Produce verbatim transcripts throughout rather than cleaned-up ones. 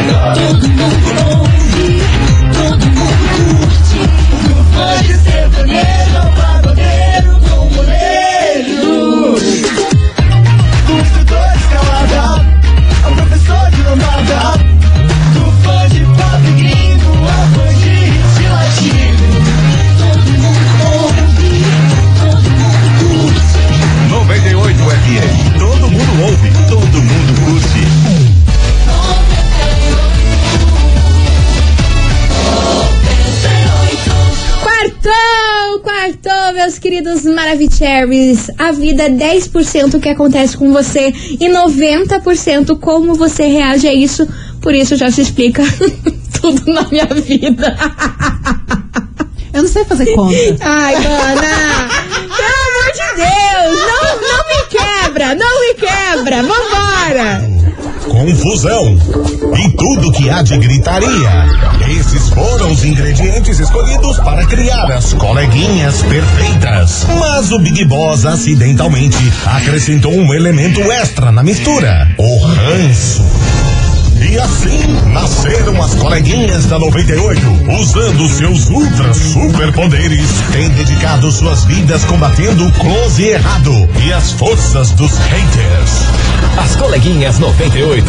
Todo mundo ouve, todo mundo curte. Do funk sertanejo ao pagodeiro com goleiro. Do instrutor escalada ao professor de lambada. Do fã de pop gringo ao fã de hit latino. Todo mundo ouve, todo mundo curte. noventa e oito F M. Todo mundo ouve, todo mundo curte. Quartou, quartou, meus queridos Maravicheries. A vida é dez por cento o que acontece com você e noventa por cento como você reage a isso. Por isso já se explica tudo na minha vida. Eu não sei fazer conta. Ai, mana, pelo amor de Deus, não, não me quebra, não me quebra, vambora. Confusão e tudo que há de gritaria. Esses foram os ingredientes escolhidos para criar as coleguinhas perfeitas. Mas o Big Boss acidentalmente acrescentou um elemento extra na mistura: o ranço. E assim nasceram as coleguinhas da noventa e oito, usando seus ultra superpoderes, têm dedicado suas vidas combatendo o close e errado e as forças dos haters. As coleguinhas noventa e oito.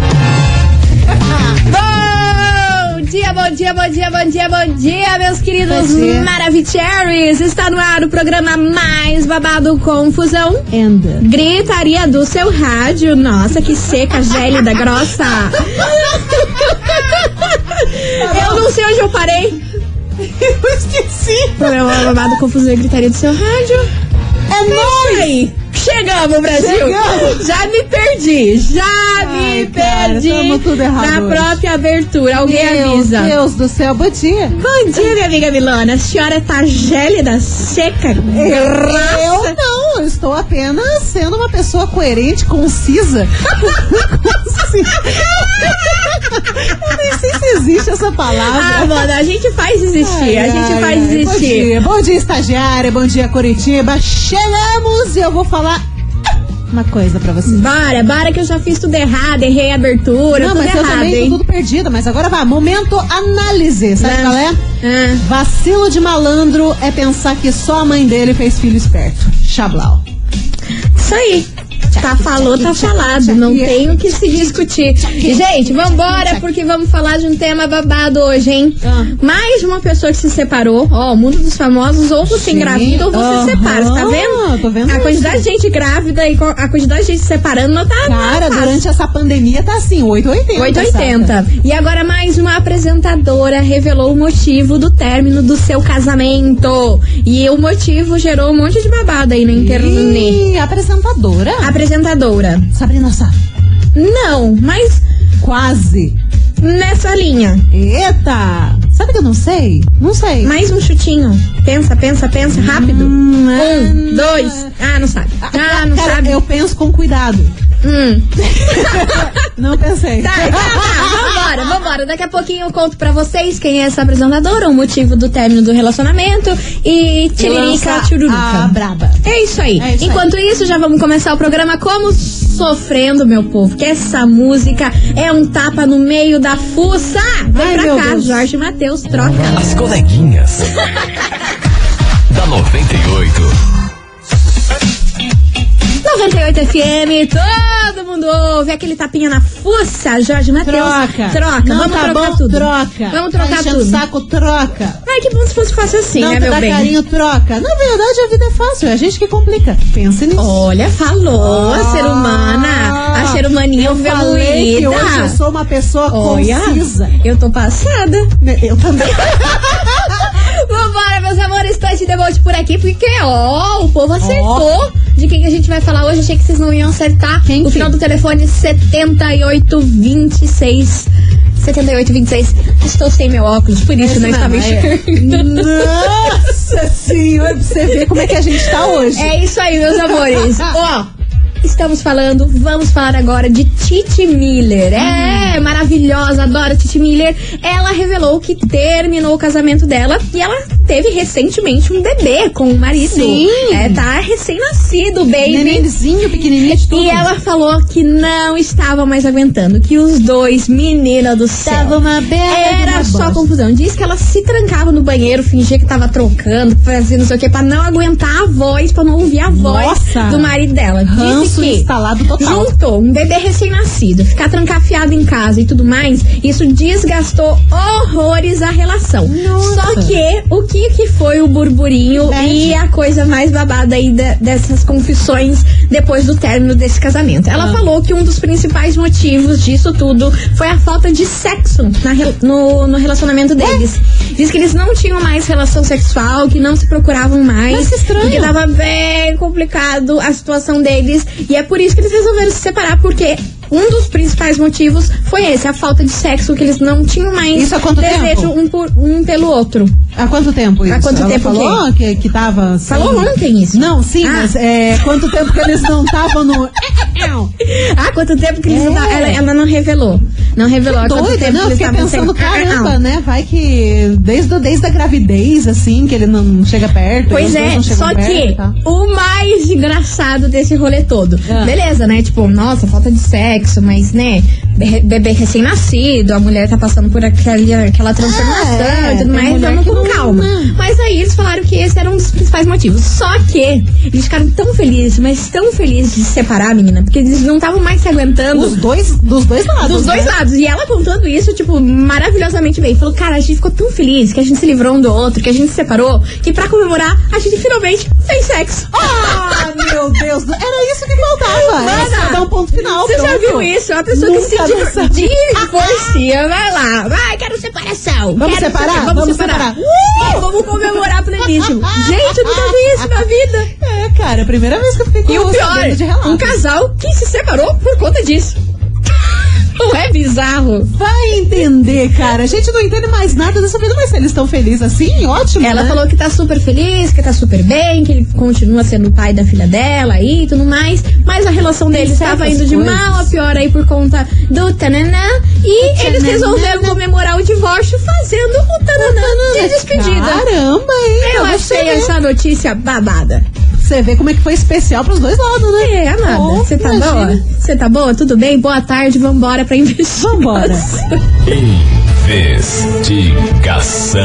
Bom dia, bom dia, bom dia, bom dia, bom dia, meus queridos Maravicheries. Está no ar o programa mais babado Confusão. Anda. Gritaria do seu rádio. Nossa, que seca, gélida, grossa. Eu não sei onde eu parei. Eu esqueci. Programa babado Confusão e Gritaria do seu rádio. É nóis. Aí. Chegamos, Brasil! Chegamos. Já me perdi! Já Ai, me cara, perdi! tamo tudo errado na hoje. própria abertura. Alguém Meu avisa. Meu Deus do céu, bom dia. Bom dia, minha amiga Milona. A senhora tá gélida, seca, Eu grossa. não, eu estou apenas sendo uma pessoa coerente, concisa. Concisa. Eu nem sei se existe essa palavra. Ah, mano, a gente faz existir. Ai, a gente ai, faz ai, existir. Bom dia, bom dia, estagiária, bom dia, Curitiba. Chegamos e eu vou falar uma coisa pra vocês. Bora, bora que eu já fiz tudo errado, errei a abertura, Não, tudo mas errado, eu também hein? tô tudo perdida, mas agora vai, momento análise, sabe Não. qual é? Ah. Vacilo de malandro é pensar que só a mãe dele fez filho esperto. Chablau. Isso aí. Tá falou, tá falado. Não tem o que se discutir. Gente, vambora, porque vamos falar de um tema babado hoje, hein? Ah. Mais uma pessoa que se separou. Ó, o mundo dos famosos, ou você Sim. engravida ou você Aham. separa, tá vendo? Tô vendo A isso. quantidade de gente grávida e a quantidade de gente se separando não tá. Cara, não tá durante essa pandemia tá assim, oito e oitenta. oito e oitenta. E agora mais uma apresentadora revelou o motivo do término do seu casamento. E o motivo gerou um monte de babado aí na internet. Ih, apresentadora? Apresentadora. Sabrina Sato. Não, mas Quase. nessa linha. Eita! Sabe que eu não sei? Não sei. Mais um chutinho. Pensa, pensa, pensa, rápido. Hum, é. Um, dois. Ah, não sabe. Ah, não Cara, sabe. eu penso com cuidado. Hum. Não pensei. Tá, tá, tá. Vambora, vambora. Daqui a pouquinho eu conto pra vocês quem é essa apresentadora, o motivo do término do relacionamento e tiririca, Lança tchururuca. a braba. É isso aí. É isso Enquanto isso, já vamos começar o programa como sofrendo, meu povo. Que essa música é um tapa no meio da fuça. Vem Ai, pra meu cá, Deus. Jorge Matheus, troca. As coleguinhas da noventa e oito. noventa e oito F M, todo mundo ouve aquele tapinha na fuça, Jorge Matheus. Troca. Troca, Não, vamos tá trocar bom, tudo. troca. Vamos Tá trocar enchendo tudo. o saco, troca. Ai, que bom se fosse fácil assim, Não né, te meu dá bem? carinho, troca. Na verdade, a vida é fácil, é a gente que complica. Pense nisso. Olha, falou a ser humana, a ser humaninha Eu falei que hoje eu evoluída. sou uma pessoa Olha, concisa. eu tô passada. Eu também. Vambora, meus amores, Touch the Bolt por aqui, porque, ó, o povo acertou de quem a gente vai falar hoje. Achei que vocês não iam acertar. Quem o que? final do telefone setenta e oito vinte e seis. setenta e oito vinte e seis. Estou sem meu óculos, por isso não estava enxergando. Nossa senhora, pra você ver como é que a gente tá hoje. É isso aí, meus amores. Ó, estamos falando, vamos falar agora de Titi Miller. É, maravilhosa, adoro Titi Miller. Ela revelou que terminou o casamento dela e ela teve recentemente um bebê com o marido. Sim. É, tá recém-nascido o baby. Nenenzinho, pequenininho de tudo. E ela falou que não estava mais aguentando, que os dois, menina do céu, Tava uma bela era de uma só bosta. confusão. Diz que ela se trancava no banheiro, fingia que tava trocando, fazendo não sei o que, pra não aguentar a voz, pra não ouvir a voz Nossa. do marido dela. Ranço Disse que instalado total. juntou um bebê recém-nascido, ficar trancafiado em casa e tudo mais, isso desgastou horrores a relação. Nossa. Só que o que que foi o burburinho Verdade. e a coisa mais babada aí da- dessas confissões depois do término desse casamento? Ela Ah. falou que um dos principais motivos disso tudo foi a falta de sexo na re- no, no relacionamento deles. Diz que eles não tinham mais relação sexual, que não se procuravam mais. Mas que estranho. Porque tava bem complicado a situação deles. E é por isso que eles resolveram se separar, porque um dos principais motivos foi esse, a falta de sexo, que eles não tinham mais Isso há quanto desejo tempo? um, por, um pelo outro. Há quanto tempo isso? Há quanto Ela tempo o quê? falou que, que tava... sem- Falou ontem isso. Não, sim, Ah. mas é, quanto tempo que eles não estavam no... Ah, quanto tempo que eles É. não tavam- ela, ela não revelou. Não revelou há quanto Doida, tempo não, que eles fiquei estavam pensando, sem- caramba, Ah, né? Vai que desde, o- desde a gravidez, assim, que ele não chega perto. Pois os dois é, não chegam só perto que e tal. o mais engraçado desse rolê todo. Ah. Beleza, né? Tipo, nossa, falta de sexo, mas, né? be- Bebê recém-nascido, a mulher tá passando por aquele, aquela transformação Ah, é, e tudo tem mais, mulher vamos que com não- calma. não. Mas aí eles falaram que esse era um dos principais motivos. Só que eles ficaram tão felizes, mas tão felizes de se separar, menina, porque eles não estavam mais se aguentando. Os dois, dos dois lados. Dos dois né? lados. E ela contando isso, tipo, maravilhosamente bem. Falou, cara, a gente ficou tão feliz que a gente se livrou um do outro, que a gente se separou, que pra comemorar, a gente finalmente fez sexo. Ah, meu Deus, do- era isso que faltava. Era Mana, só dar um ponto final. Você já pronto. viu isso? É uma pessoa Nunca que se não div- sabia. divorcia, vai lá, vai, quero separação. Vamos quero separar? separa- Vamos separar. Uh, vamos comemorar pleníssimo. Gente, eu nunca vi isso na vida. É, cara, a primeira vez que eu fico E o pior, sabendo de relatos. um casal que se separou por conta disso. Não é bizarro? Vai entender, cara. A gente não entende mais nada dessa vida, mas se eles estão felizes assim, ótimo. Ela né? falou que tá super feliz, que tá super bem, que ele continua sendo o pai da filha dela e tudo mais. Mas a relação deles estava certas indo de coisas. mal a pior aí por conta do tananã. E eles tananã. resolveram comemorar o divórcio fazendo o tananã de despedida. Caramba, hein? Eu Pra você achei ver. essa notícia babada. Você vê como é que foi especial pros dois lados, né? É, amada, Oh, você tá imagina. boa? Você tá boa? Tudo bem? Boa tarde, vambora pra investigação. Vambora. Investigação.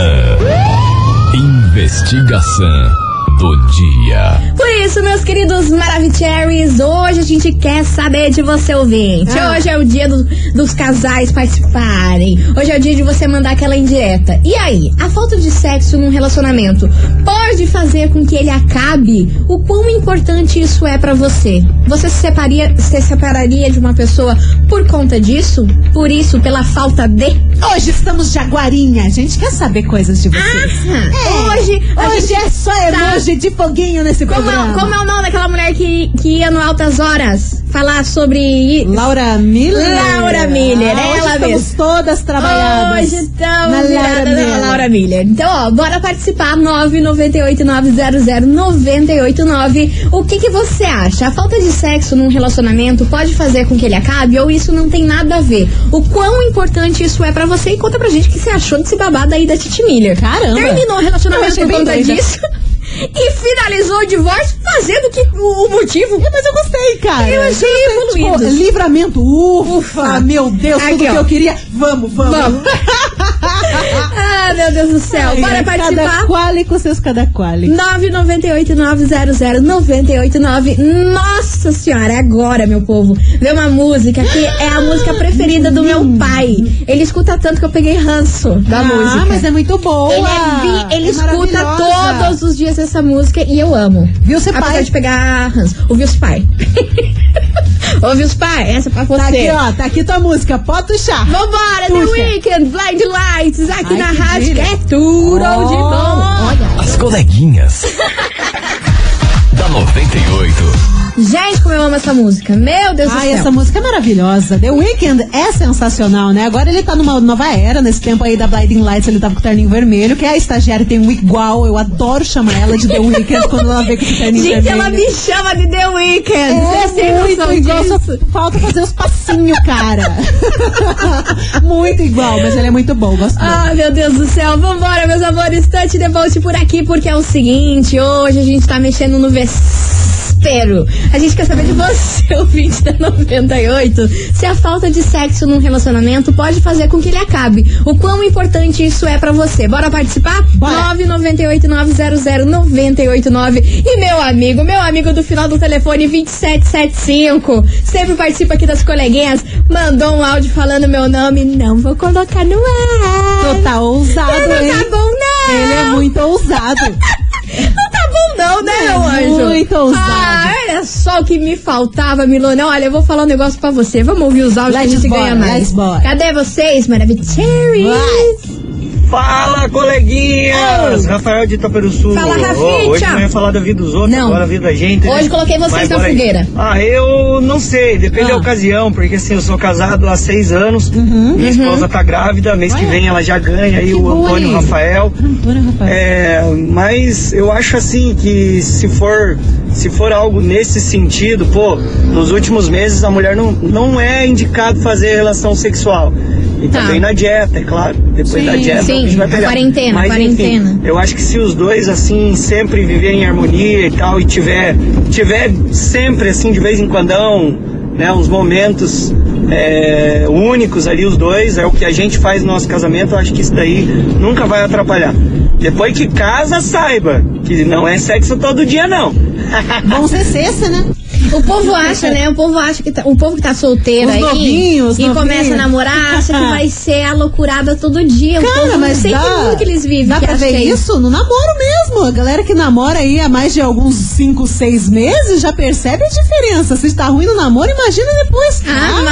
Investigação do dia. Por isso, meus queridos Maravicheries, hoje a gente quer saber de você, ouvinte. Ah. Hoje é o dia do- dos casais participarem. Hoje é o dia de você mandar aquela indireta. E aí, a falta de sexo num relacionamento pode fazer com que ele acabe? O quão importante isso é pra você? Você se, separia, se separaria de uma pessoa por conta disso? Por isso, pela falta de? Hoje estamos jaguarinha. A gente quer saber coisas de vocês. Ah, hoje, a Hoje gente é só tá- emoji de foguinho nesse Como, programa. é- como é o nome daquela mulher que, que ia no Altas Horas falar sobre. Laura Miller. Laura Miller, Ah, hoje ela estamos mesma. todas trabalhadas. Hoje estamos na viradas Laura na Miller. Laura Miller. Então, ó, bora participar. nove nove oito nove zero zero nove oito nove. O que que você acha? A falta de sexo num relacionamento pode fazer com que ele acabe ou isso não tem nada a ver? O quão importante isso é pra você? E conta pra gente o que você achou desse babado aí da Titi Miller. Caramba. Terminou o Eu relacionamento achei por bem conta doida. disso. E finalizou o divórcio fazendo que, o, o motivo. Mas eu gostei, cara. Eu achei gostei, evoluído. Tipo, livramento. Ufa, Ufa. meu Deus, Aqui, tudo que ó. eu queria. Vamos, vamos. Vamos. Ah, meu Deus do céu. Ai, Bora ai, participar. Cada quali com seus cada quali. nove nove oito nove zero zero nove oito nove. Nossa senhora, é agora, meu povo. Vê uma música que é a música preferida do meu pai. Ele escuta tanto que eu peguei ranço da ah, música. mas é muito boa. Ele, é vi- ele É escuta maravilhosa. todos os dias essa música e eu amo. Viu, seu Apesar pai? de pegar ranço. Ouviu os pai. Ouviu os pai? Essa é pra você. Tá aqui, ó. Tá aqui tua música. Pode puxar. Vambora, The Puxa. Weeknd, Blind Lights, aqui Ai, na que rádio, que delícia. é tudo Oh. de bom. Olha. As coleguinhas. da noventa e oito. Gente, como eu amo essa música. Meu Deus Ai, do céu. essa música é maravilhosa. The Weeknd é sensacional, né? Agora ele tá numa nova era. Nesse tempo aí da Blinding Lights, ele tava com o terninho vermelho, que a estagiária tem um igual. Eu adoro chamar ela de The Weeknd quando ela vê com o terninho Gente, vermelho. ela me chama de The Weeknd. É Vocês têm muito noção igual, disso? só falta fazer os passinhos, cara. Muito igual, mas ele é muito bom, gosto dele. Ah, meu Deus do céu. Vambora, meus amores. Touch the Boat por aqui, porque é o seguinte, hoje a gente tá mexendo no vespeiro. A gente quer saber de você, ouvinte da noventa e oito, se a falta de sexo num relacionamento pode fazer com que ele acabe. O quão importante isso é pra você. Bora participar? Bora. nove nove oito nove zero zero nove oito nove. E meu amigo, meu amigo do final do telefone vinte e sete setenta e cinco, sempre participa aqui das coleguinhas, mandou um áudio falando meu nome. Não vou colocar no ar. Tu tá ousado, Não hein? tá bom, não. Ele é muito ousado. Não tá bom não, né, É meu anjo? muito ousado. Ah, olha só o que me faltava, Milona. Olha, eu vou falar um negócio pra você. Vamos ouvir os áudios Let's que a gente bora, ganha mais. let's bora. Cadê vocês, maravilhosos? Vai. Fala, coleguinhas! Oh. Rafael de Itaperuçu. Fala, Ô, Raficha. hoje não ia falar da vida dos outros, Não. agora a vida da gente. né? Hoje coloquei vocês Mas na bora aí. fogueira. Ah, eu não sei, depende Ah. da ocasião, porque assim, eu sou casado há seis anos, minha esposa tá grávida, mês que Olha. vem ela já ganha aí Que o bom Antônio aí. Rafael. Antônio Rafael. É, mas eu acho assim que se for, se for algo nesse sentido, pô, nos últimos meses a mulher não, não é indicado fazer relação sexual. E Tá. também na dieta, é claro. Depois Sim, da dieta sim, o bicho vai a pegar. quarentena, Mas, quarentena. enfim, eu acho que se os dois, assim, sempre viverem em harmonia e tal, e tiver, tiver sempre, assim, de vez em quando, né, uns momentos é, únicos ali, os dois, é o que a gente faz no nosso casamento, eu acho que isso daí nunca vai atrapalhar. Depois que casa, saiba que não é sexo todo dia, não. Bom ser cessa, né? O povo acha, né? O povo acha que tá, o povo que tá solteiro Os aí novinhos, e novinhos. começa a namorar, acha que vai ser a loucurada todo dia. O Cara, povo mas não sei dá, que mundo que eles vivem. dá que pra acha ver que é isso no namoro mesmo. A galera que namora aí há mais de alguns cinco, seis meses já percebe a diferença. Se está ruim no namoro, imagina depois.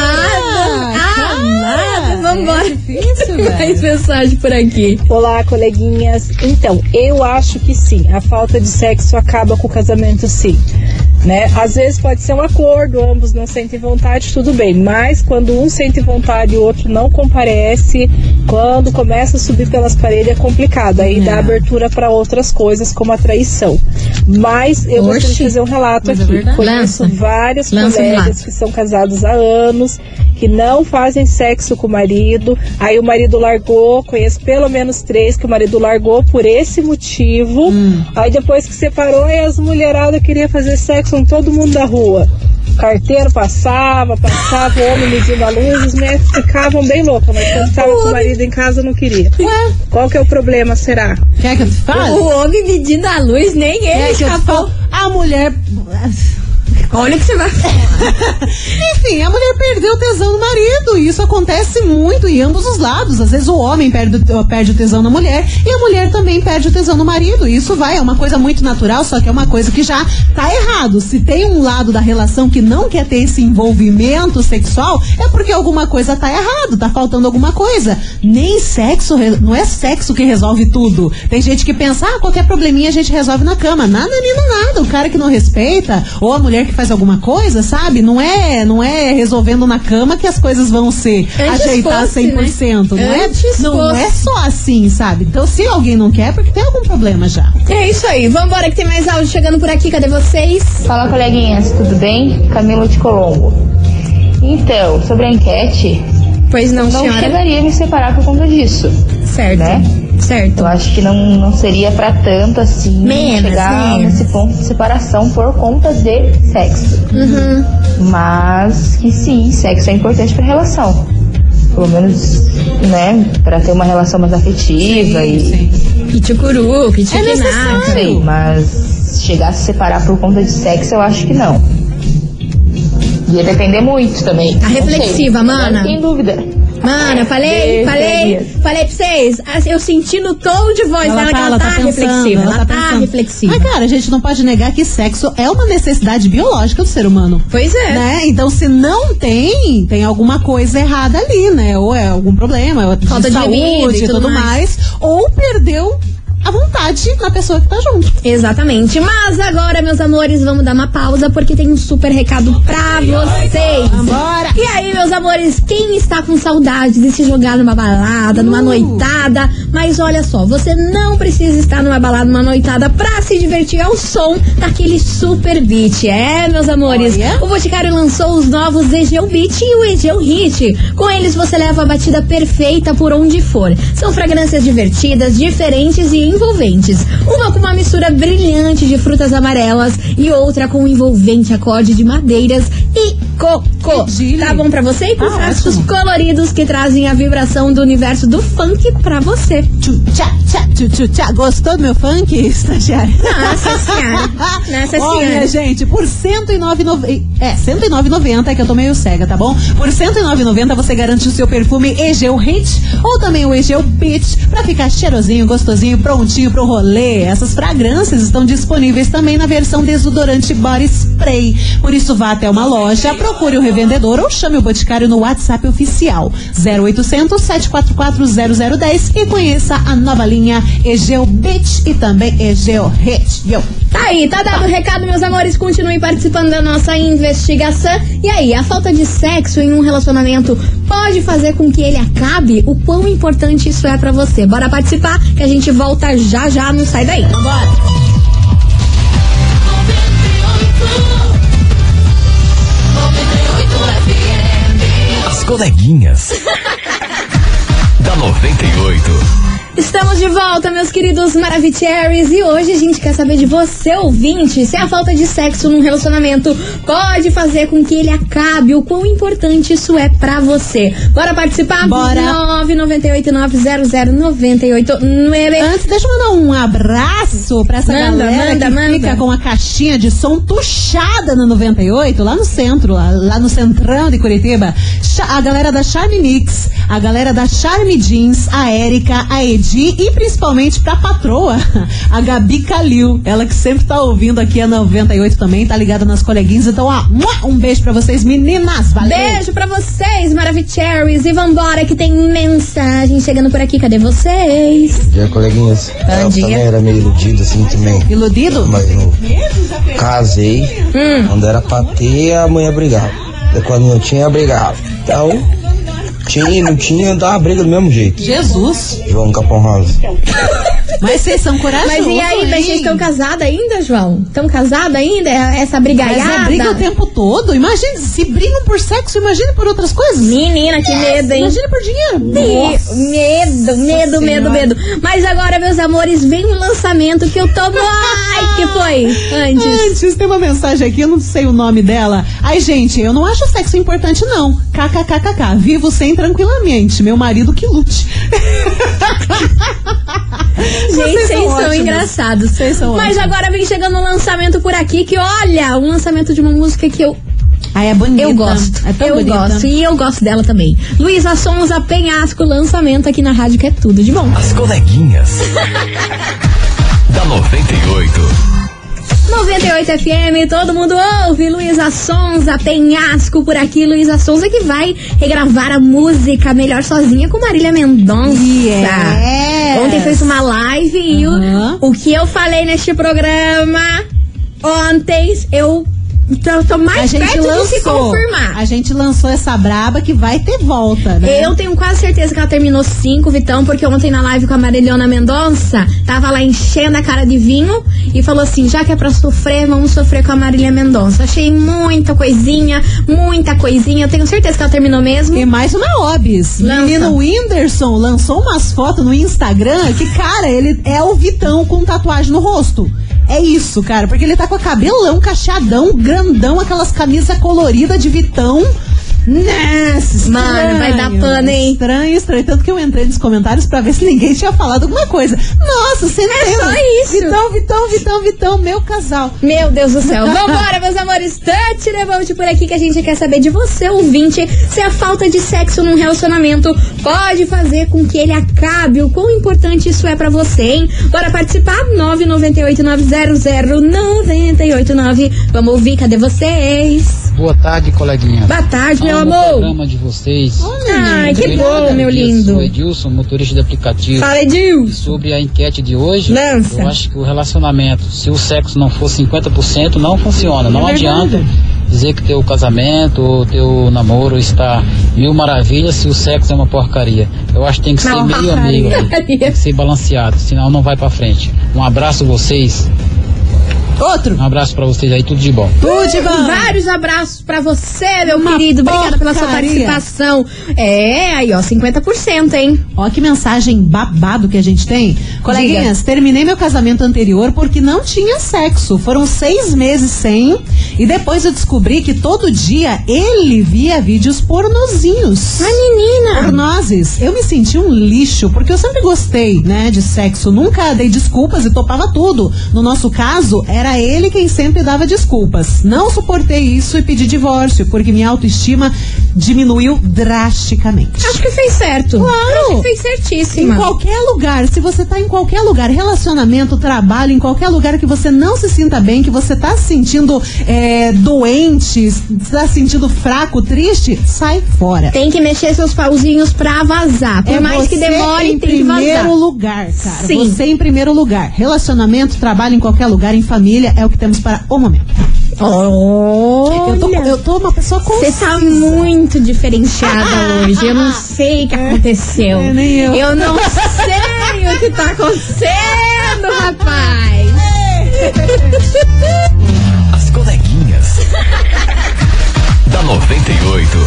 Amada, Cara, amada, vambora. É difícil, Mais velho. mensagem por aqui. Olá, coleguinhas. Então, eu acho que sim, a falta de sexo acaba com o casamento, sim. Né? Às vezes pode ser um acordo, ambos não sentem vontade, tudo bem, mas quando um sente vontade e o outro não comparece, quando começa a subir pelas paredes é complicado, aí É. dá abertura para outras coisas como a traição. Mas eu Oxi. gostaria de fazer um relato Mas é aqui. verdade. Conheço Lança. vários Lança um colegas relato. que são casados há anos, que não fazem sexo com o marido, aí o marido largou, conheço pelo menos três que o marido largou por esse motivo, Hum. aí depois que separou, aí as mulheradas queriam fazer sexo com todo mundo da rua. Carteiro passava, passava, o homem medindo a luz, as mulheres ficavam bem loucas, mas quando estava com o marido em casa não queria. Ué, Qual que é o problema, será? quer que eu te fale? O homem medindo a luz, nem ele Quer que eu te escapou. fale? A mulher. Olha o que você vai Enfim, a mulher perdeu o tesão no marido. E isso acontece muito em ambos os lados. Às vezes o homem perde, o- perde o tesão na mulher e a mulher também perde o tesão no marido. E isso vai, é uma coisa muito natural, só que é uma coisa que já tá errado. Se tem um lado da relação que não quer ter esse envolvimento sexual, é porque alguma coisa tá errado, tá faltando alguma coisa. Nem sexo, re- não é sexo que resolve tudo. Tem gente que pensa, ah, qualquer probleminha a gente resolve na cama. Nada, nem nada. O cara que não respeita, ou a mulher que faz alguma coisa, sabe? Não é, não é resolvendo na cama que as coisas vão se Antes ajeitar fosse, cem por cento. né? Não, é, Antes não fosse. é só assim, sabe? Então, se alguém não quer, é porque tem algum problema já. É isso aí, vambora que tem mais áudio chegando por aqui, cadê vocês? Fala, coleguinhas, tudo bem? Camila de Colombo. Então, sobre a enquete, Pois não, não senhora. chegaria a me separar por conta disso, Certo, né? certo. Eu acho que não, não seria pra tanto assim Menos, chegar menos. nesse ponto de separação por conta de sexo. Uhum. Mas que sim, sexo é importante pra relação. Pelo menos, né, pra ter uma relação mais afetiva e Kiticuruco, É kitiquinaca. necessário. sei, mas chegar a se separar por conta de sexo, eu acho que não. Ia depender muito também. Tá Não sei. reflexiva, mana. Agora Sem dúvida. Mano, eu falei, Beijo, falei, Elias. falei pra vocês, assim, eu senti no tom de voz dela que ela tá, pensando, reflexiva. Ela, tá, pensando. reflexiva. Mas, cara, a gente não pode negar que sexo é uma necessidade biológica do ser humano. Pois é. Né? Então, se não tem, tem alguma coisa errada ali, né? Ou é algum problema, ou de Falta de saúde libido e e tudo tudo mais. mais. Ou perdeu à vontade na pessoa que tá junto. Exatamente. Mas agora, meus amores, vamos dar uma pausa porque tem um super recado pra vocês. Vambora! E aí, meus amores, quem está com saudade de se jogar numa balada, numa Uh. noitada? Mas olha só, você não precisa estar numa balada, numa noitada pra se divertir ao som daquele super beat. É, meus amores, Olha. o Boticário lançou os novos Egeu Beat e o Egeu Hit. Com eles você leva a batida perfeita por onde for. São fragrâncias divertidas, diferentes e envolventes. Uma com uma mistura brilhante de frutas amarelas e outra com um envolvente acorde de madeiras e coco. Pedile. Tá bom pra você? E com Tá frascos ótimo. coloridos que trazem a vibração do universo do funk pra você. Tchu, tchá, tchá, tchu, tchu, tchá. Gostou do meu funk, estagiário? Nossa senhora. Nossa Olha, senhora. gente, por cento e nove reais e noventa centavos. É, cento e nove reais e noventa centavos, é que eu tô meio cega, tá bom? Por cento e nove reais e noventa centavos você garante o seu perfume Egeu Hit ou também o Egeu Beach pra ficar cheirosinho, gostosinho, prontinho pro rolê. Essas fragrâncias estão disponíveis também na versão desodorante Body Spray. Por isso vá até uma loja, procure o revendedor ou chame o Boticário no WhatsApp oficial zero oitocentos, sete quatro quatro, zero zero um zero e conheça a nova linha Egeu Beach e também Egeu Hit. Yo. Tá aí, tá dado o recado, meus amores. Continue participando da nossa investigação. E aí, a falta de sexo em um relacionamento pode fazer com que ele acabe? O quão importante isso é pra você? Bora participar que a gente volta já já, não sai daí. Bora. As coleguinhas. Da noventa e oito. Estamos de volta, meus queridos Maravicheries, e hoje a gente quer saber de você, ouvinte, se a falta de sexo num relacionamento pode fazer com que ele acabe, o quão importante isso é pra você. Bora participar? Bora. nove nove oito nove zero zero nove oito nove. Antes, deixa eu mandar um abraço pra essa Manda, galera manda, que manda. fica com a caixinha de som tuchada na noventa e oito, lá no centro, lá, lá no centrão de Curitiba. Cha- A galera da Charme Mix, a galera da Charme Jeans, a Érica, a Edi e principalmente pra patroa, a Gabi Calil. Ela que sempre tá ouvindo aqui a noventa e oito também, tá ligada nas coleguinhas. Então, ó, um beijo pra vocês, meninas. Valeu! Beijo pra vocês, Maravicheries, e vambora que tem mensagem chegando por aqui. Cadê vocês? Bom dia, coleguinhas. Eu dia. também era meio iludido assim também. Iludido? Mas eu casei, Hum. quando era pra ter, a mãe brigava. E quando não tinha, brigava. Então, tinha, não tinha, dava briga do mesmo jeito. Jesus! João Capão Rosa. Mas vocês são corajosos, Mas e aí, hein? vocês estão casados ainda, João? Estão casados ainda? Essa brigaiada? Mas é briga o tempo todo. Imagina, se brigam por sexo, imagina por outras coisas. Menina, que medo, hein? Imagina por dinheiro. Nossa. Medo, medo, medo, Senhora. medo. Mas agora, meus amores, vem um lançamento que eu tô... Ai, que foi? Antes. Antes, tem uma mensagem aqui, eu não sei o nome dela. Ai, gente, eu não acho sexo importante, não. KKKKK. Vivo sem tranquilamente. Meu marido que lute. Gente, vocês são ótimos. engraçados. Vocês são Mas ótimos. agora vem chegando um lançamento por aqui que, olha, um lançamento de uma música que eu... Ai, é bonita. Eu gosto, É tão eu bonita. gosto e eu gosto dela também. Luísa Sonza, Penhasco, lançamento aqui na rádio que é tudo de bom. As coleguinhas. Da noventa e oito. noventa e oito F M, todo mundo ouve. Luísa Sonza, Penhasco por aqui. Luísa Sonza que vai regravar a música Melhor Sozinha com Marília Mendonça. Yes. Ontem fez uma live e Uhum. o, o que eu falei neste programa ontem, eu tô, tô mais A gente perto de se lançou. confirmar. A gente lançou essa braba que vai ter volta, né? Eu tenho quase certeza que ela terminou cinco, Vitão, porque ontem na live com a Marília Mendonça, tava lá enchendo a cara de vinho e falou assim, já que é pra sofrer, vamos sofrer com a Marília Mendonça. Achei muita coisinha, muita coisinha. Eu tenho certeza que ela terminou mesmo. E mais uma Obis. Lança. Menino Whindersson lançou umas fotos no Instagram que, cara, ele é o Vitão com tatuagem no rosto. É isso, cara, porque ele tá com a cabelão cacheadão, grandão, aquelas camisas coloridas de Vitão. Nossa, estranho. Mano, vai dar pano, hein? Estranho, estranho. Tanto que eu entrei nos comentários pra ver se ninguém tinha falado alguma coisa. Nossa, centenas. É só isso. Vitão, Vitão, Vitão, Vitão, meu casal. Meu Deus do céu. Vambora, meus amores. Tante Levante por aqui que a gente quer saber de você, ouvinte, se a falta de sexo num relacionamento pode fazer com que ele acabe. O quão importante isso é pra você, hein? Bora participar? nove nove oito nove zero zero nove oito nove. Vamos ouvir, cadê vocês? Boa tarde, coleguinha. Boa tarde, meu Amo amor. o programa de vocês. Ai, que Feliz bom, meu dia, lindo. Sou Edilson, motorista de aplicativo. Fala, Edilson. Sobre a enquete de hoje, Lança. eu acho que o relacionamento, se o sexo não for cinquenta por cento, não funciona. Não É adianta dizer que teu casamento ou teu namoro está mil maravilhas se o sexo é uma porcaria. Eu acho que tem que ser Não, meio amigo, porcaria. tem que ser balanceado, senão não vai pra frente. Um abraço a vocês. Outro. Um abraço pra vocês aí, tudo de bom. Tudo de bom. Vários abraços pra você, meu Uma querido. Obrigada pela sua porcaria. participação. É, aí ó, cinquenta por cento, hein? Ó, que mensagem babado que a gente tem. Coleguinhas, terminei meu casamento anterior porque não tinha sexo. Foram seis meses sem. E depois eu descobri que todo dia ele via vídeos pornozinhos. Ai, menina. Pornozes. Eu me senti um lixo, porque eu sempre gostei, né, de sexo. Nunca dei desculpas e topava tudo. No nosso caso, era ele quem sempre dava desculpas. Não suportei isso e pedi divórcio, porque minha autoestima diminuiu drasticamente. Acho que fez certo. Claro. Acho que fez certíssima. Em qualquer lugar, se você tá em qualquer lugar, relacionamento, trabalho, em qualquer lugar que você não se sinta bem, que você tá se sentindo é, doente, tá se sentindo fraco, triste, sai fora. Tem que mexer seus pauzinhos pra vazar. Por É mais que você demore, em tem que vazar. primeiro lugar, cara. Sim. Você em primeiro lugar. Relacionamento, trabalho em qualquer lugar, em família, é o que temos para o momento. Olha. Eu tô, eu tô uma pessoa com. Você tá muito diferenciada hoje. Eu não sei o que aconteceu. É, nem eu. Eu não sei o que tá acontecendo, rapaz. As coleguinhas. Da noventa e oito.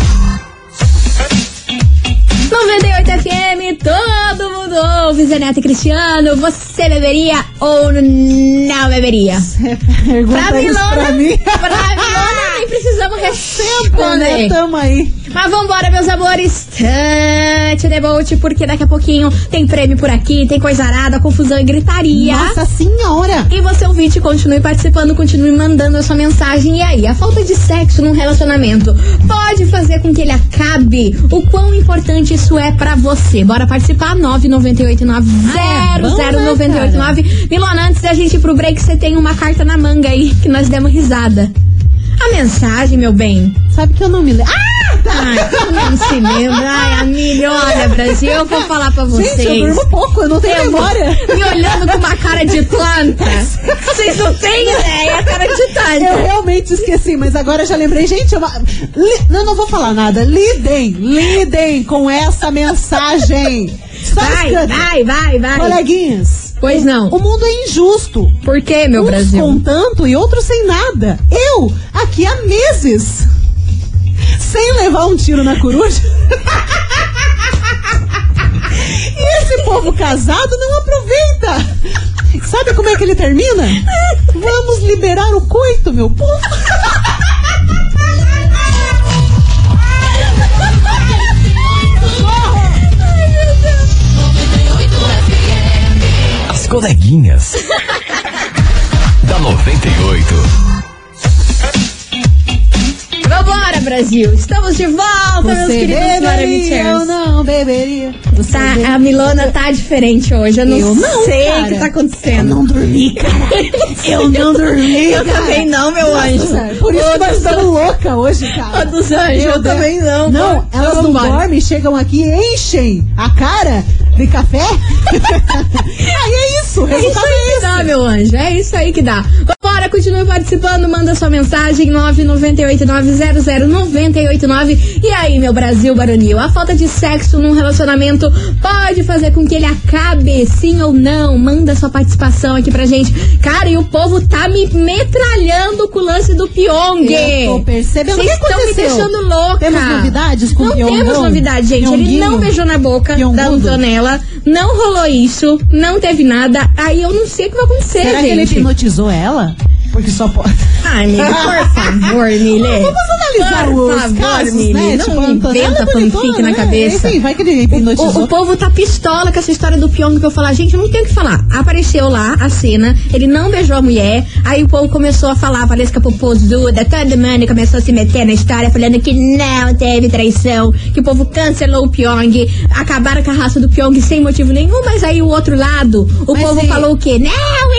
noventa e oito F M, todo mundo ouve. Zeneto e Cristiano, você beberia ou não beberia? Pergunta Pra isso Milona, pra mim. pra Milona nem precisamos Né? responder. Tamo aí. Mas vambora, meus amores. Tante debote, porque daqui a pouquinho tem prêmio por aqui, tem coisa arada, confusão e gritaria. Nossa senhora. E você, ouvinte, continue participando, continue mandando a sua mensagem. E aí, a falta de sexo num relacionamento pode fazer com que ele acabe? O quão importante isso é pra você? Bora participar? nove nove oito nove zero zero nove oito nove. Milona, antes da gente ir pro break, você tem uma carta na manga aí, que nós demos risada. A mensagem, meu bem. Sabe que eu não me lembro. Ah! Ai, tu não se lembra. Ai, amiga, olha, Brasil, eu vou falar pra vocês. Gente, eu durmo pouco, eu não tenho Eu vou- memória. Me olhando com uma cara de planta. Vocês não têm ideia, a cara de Eu planta. realmente esqueci, mas agora eu já lembrei. Gente, eu, li, não, não vou falar nada. Lidem, lidem com essa mensagem. Só Vai, escuta. vai, vai, vai. Coleguinhas, Pois não. o mundo é injusto. Por quê, meu Uns Brasil? com tanto e outros sem nada. Eu, aqui há meses, sem levar um tiro na coruja. E esse povo casado não aproveita. Sabe como é que ele termina? Vamos liberar o coito, meu povo. As coleguinhas. Da noventa e oito. Vambora, Brasil. Estamos de volta, meus Você queridos beberia ou maravilhosos. não beberia? Você Tá, beberia? a Milona tá diferente hoje. Eu não, Eu não, sei cara. o que tá Eu acontecendo. não dormi, cara. Eu não dormi, Eu cara. também não, meu anjo. Por isso Ô, que nós dos estamos louca hoje, cara. Ô, dos anjos, Meu eu Deus. também não. Não, Vamos elas não embora. dormem, chegam aqui e enchem a cara de café. Aí é isso, o É isso resultado aí é que esse. dá, meu anjo. É isso aí que dá. Bora, continue participando. Manda sua mensagem nove nove oito nove zero zero nove oito nove. E aí, meu Brasil baronil? A falta de sexo num relacionamento pode fazer com que ele acabe, sim ou não? Manda sua participação aqui pra gente. Cara, e o povo tá me metralhando com o lance do Pyong. Eu tô percebendo. Vocês O que estão me aconteceu? deixando louca. Temos novidades com o Não Pyongão? temos novidade, gente. Ele Pyonguinho? não beijou na boca da Pyongudo? Antonella. Não rolou isso. Não teve nada. Aí eu não sei o que vai acontecer, Será gente. que ele hipnotizou ela? Porque só pode. Ai, amiga, por favor, Milê. Vamos analisar por os favor, casos, Milê. né? Não Tipo, a Antonella inventa é bonitona, fanfic na né? cabeça. Enfim, vai que ele O, hipnotizou. o povo tá pistola com essa história do Pyong que eu falar, gente, eu não tenho o que falar. Apareceu lá a cena, ele não beijou a mulher, aí o povo começou a falar, Valesca Popozuda, todo mundo começou a se meter na história, falando que não teve traição, que o povo cancelou o Pyong, acabaram com a raça do Pyong sem motivo nenhum, mas aí o outro lado, o Mas povo e- falou o quê? Não,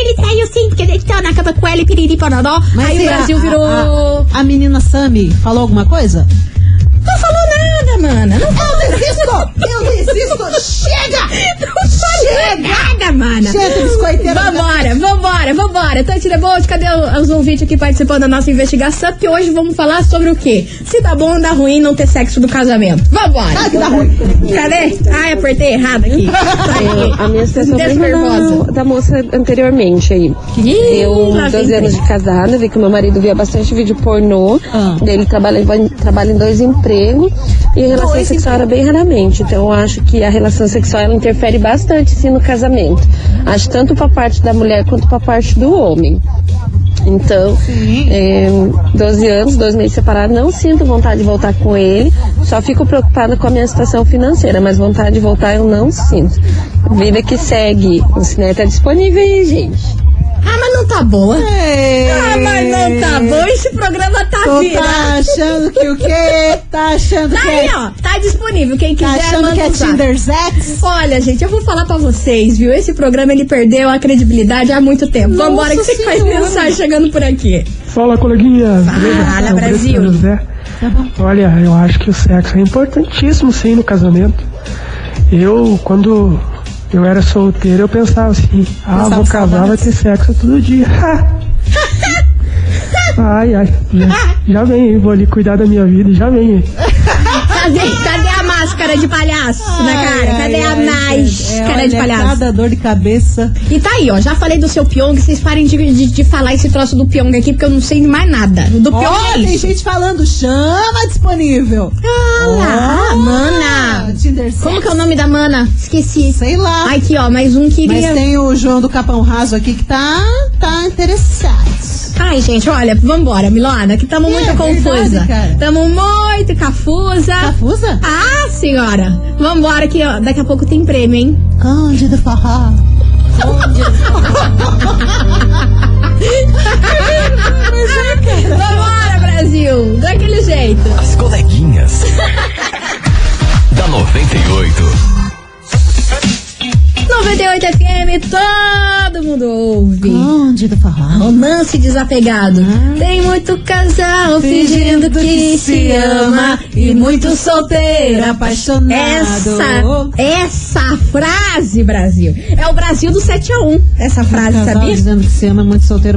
ele traiu sim, porque ele tá na cama com ela e piriri pororó. Aí o Brasil a, virou... A, a, a menina Sammy falou alguma coisa? Não falou nada, mana. Não falou. Eu desisto! Eu desisto! Chega! Não falou nada, mana. Chega, biscoiteira. Vambora, vambora, vambora. Tante Debold, cadê os ouvintes aqui participando da nossa investigação? Porque hoje vamos falar sobre o quê? Se dá bom ou dá ruim não ter sexo no casamento. Vambora. Ah, que dá ruim. Cadê? Ai, apertei errado aqui. É, a minha situação é da, da moça anteriormente aí. Ih, eu, lá doze vem anos de casada, vi que meu marido via bastante vídeo pornô. Ah. Daí ele trabalha, trabalha em dois empregos. E a relação Dois sexual era bem raramente. Então eu acho que a relação sexual ela interfere bastante sim no casamento. Acho tanto pra parte da mulher quanto pra parte do homem. Então, é, doze anos, dois meses separados, não sinto vontade de voltar com ele, só fico preocupada com a minha situação financeira, mas vontade de voltar eu não sinto. Vida que segue, o Cinete tá disponível aí, gente. Ah, mas não tá boa. Ei, ah, mas não tá bom. Esse programa tá tu virado. Tá achando que o quê? Tá achando tá que aí, é... ó. Tá disponível. Quem quiser, tá achando manda que é usar. Tinder Sex? Olha, gente, eu vou falar pra vocês, viu? Esse programa, ele perdeu a credibilidade há muito tempo. Nossa Vambora que você que faz mensagem chegando por aqui. Fala, coleguinha. Fala, é o Brasil. José. Tá Olha, eu acho que o sexo é importantíssimo, sim, no casamento. Eu, quando... eu era solteiro, eu pensava assim, ah, Pensava vou casar, vai ter sexo todo dia. Ai, ai, já, já vem, vou ali cuidar da minha vida e já vem. Cadê, cadê a máscara de palhaço na cara? Cadê ai, a ai, máscara é, de olha, palhaço? cada dor de cabeça. E tá aí, ó, já falei do seu Pyong, vocês parem de, de, de falar esse troço do Pyong aqui, porque eu não sei mais nada. Do Pyong Ó, é tem isso. gente falando, chama disponível. Ah lá, Ó, mana. Tinder Sex. Como que é o nome da mana? Esqueci. Sei lá. Ai, aqui, ó, mais um queria... Mas tem o João do Capão Raso aqui que tá, tá interessado. Ai, gente, olha, vambora, Milona, que tamo É, muito verdade, confusa. cara. Tamo muito cafusa. Cafusa? Ah, senhora. Vambora que, ó, daqui a pouco tem prêmio, hein? Cândido Forró. Vambora, Brasil. Daquele jeito. As coleguinhas. Da noventa e oito. noventa e oito F M, todo mundo ouve. Cândido Forró. Romance desapegado. Ah. Tem muito casal fingindo que se ama e muito solteiro apaixonado. Essa, essa frase, Brasil, é o Brasil do sete a um. Essa frase, casal sabia? Dizendo que se ama, muito solteiro.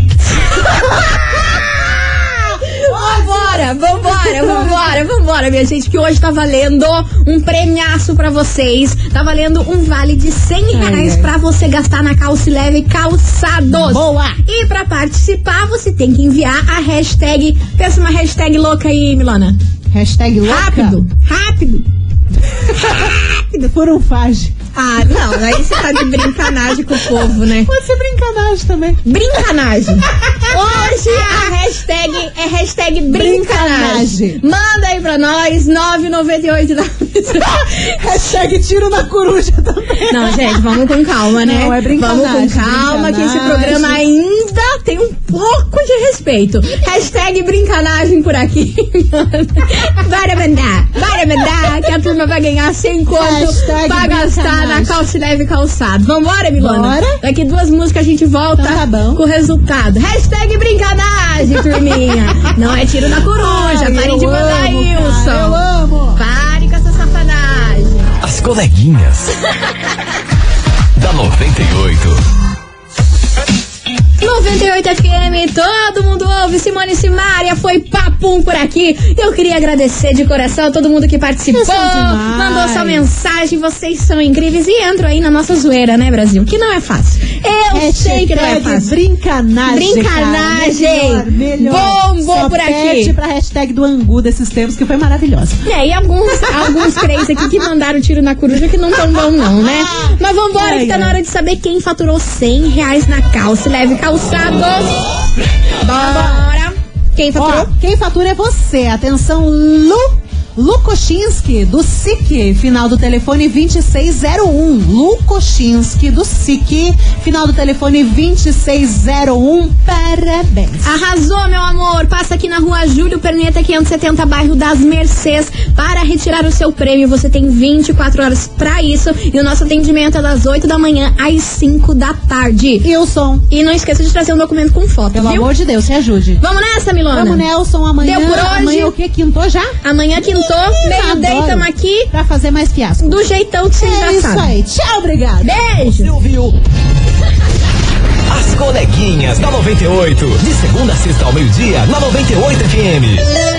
Vambora, vambora, vambora, vambora, minha gente, que hoje tá valendo um premiaço pra vocês. Tá valendo um vale de cem reais ai, pra você gastar na Calce Leve Calçados. Boa! E pra participar, você tem que enviar a hashtag. Pensa uma hashtag louca aí, Milona. Hashtag louca? Rápido, rápido. Rápido. Furunfage. Ah, não, aí você tá de brincanagem com o povo, né? Pode ser brincanagem também. Brincanagem. Hoje a hashtag é hashtag brincanagem. Manda aí pra nós, nove nove oito. Hashtag tiro na coruja também. Não, gente, vamos com calma, né? Não, é brincanagem. Vamos com calma, que esse programa ainda tem um pouco de respeito. Hashtag brincanagem por aqui. Bora mandar, bora mandar, que a turma vai ganhar cem conto pra gastar na Calce Leve Calçado. Vambora, Milona? Bora. Daqui duas músicas a gente volta então tá bom. com o resultado. Hashtag brincanagem, turminha. Não é tiro na coruja. Ai, parem de mandar amo, Wilson. Cara, eu amo. Pare com essa safanagem. As coleguinhas. Da noventa e oito. noventa e oito F M, todo mundo ouve. Simone Simaria foi papum por aqui. Eu queria agradecer de coração a todo mundo que participou, mandou sua mensagem. Vocês são incríveis e entram aí na nossa zoeira, né, Brasil? Que não é fácil. Eu é sei que não é fácil. Brincanagem. Brincanagem. Cara, melhor, melhor. Bombou Só por aqui. pede pra hashtag do Angu desses tempos que foi maravilhosa. É, e alguns, alguns três aqui que mandaram tiro na coruja que não tão bom, não, né? Mas vambora, ai, que tá ai. na hora de saber quem faturou cem reais na Calce Leve Calçados. Bora! Quem faturou? Ó, quem fatura é você. Atenção, Lu. Lukoshinski, do S I C, final do telefone vinte e seis zero um. Lukoshinski, do S I C, final do telefone vinte e seis zero um. Parabéns. Arrasou, meu amor. Passa aqui na rua Júlio Perneta, quinhentos e setenta, bairro das Mercês, para retirar o seu prêmio. Você tem vinte e quatro horas pra isso. E o nosso atendimento é das oito da manhã às cinco da tarde. E o som. E não esqueça de trazer um documento com foto, Pelo viu? amor de Deus, se ajude. Vamos nessa, Milona? Vamos, Nelson, amanhã. Deu por hoje. Amanhã o que? Quintou já? Amanhã quintou, meio-dia, tamo aqui. Pra fazer mais fiasco. Do jeitão que você é já isso sabe. aí. Tchau, obrigado. Beijo. Você ouviu? As coleguinhas da noventa e oito. De segunda a sexta ao meio-dia, na noventa e oito F M.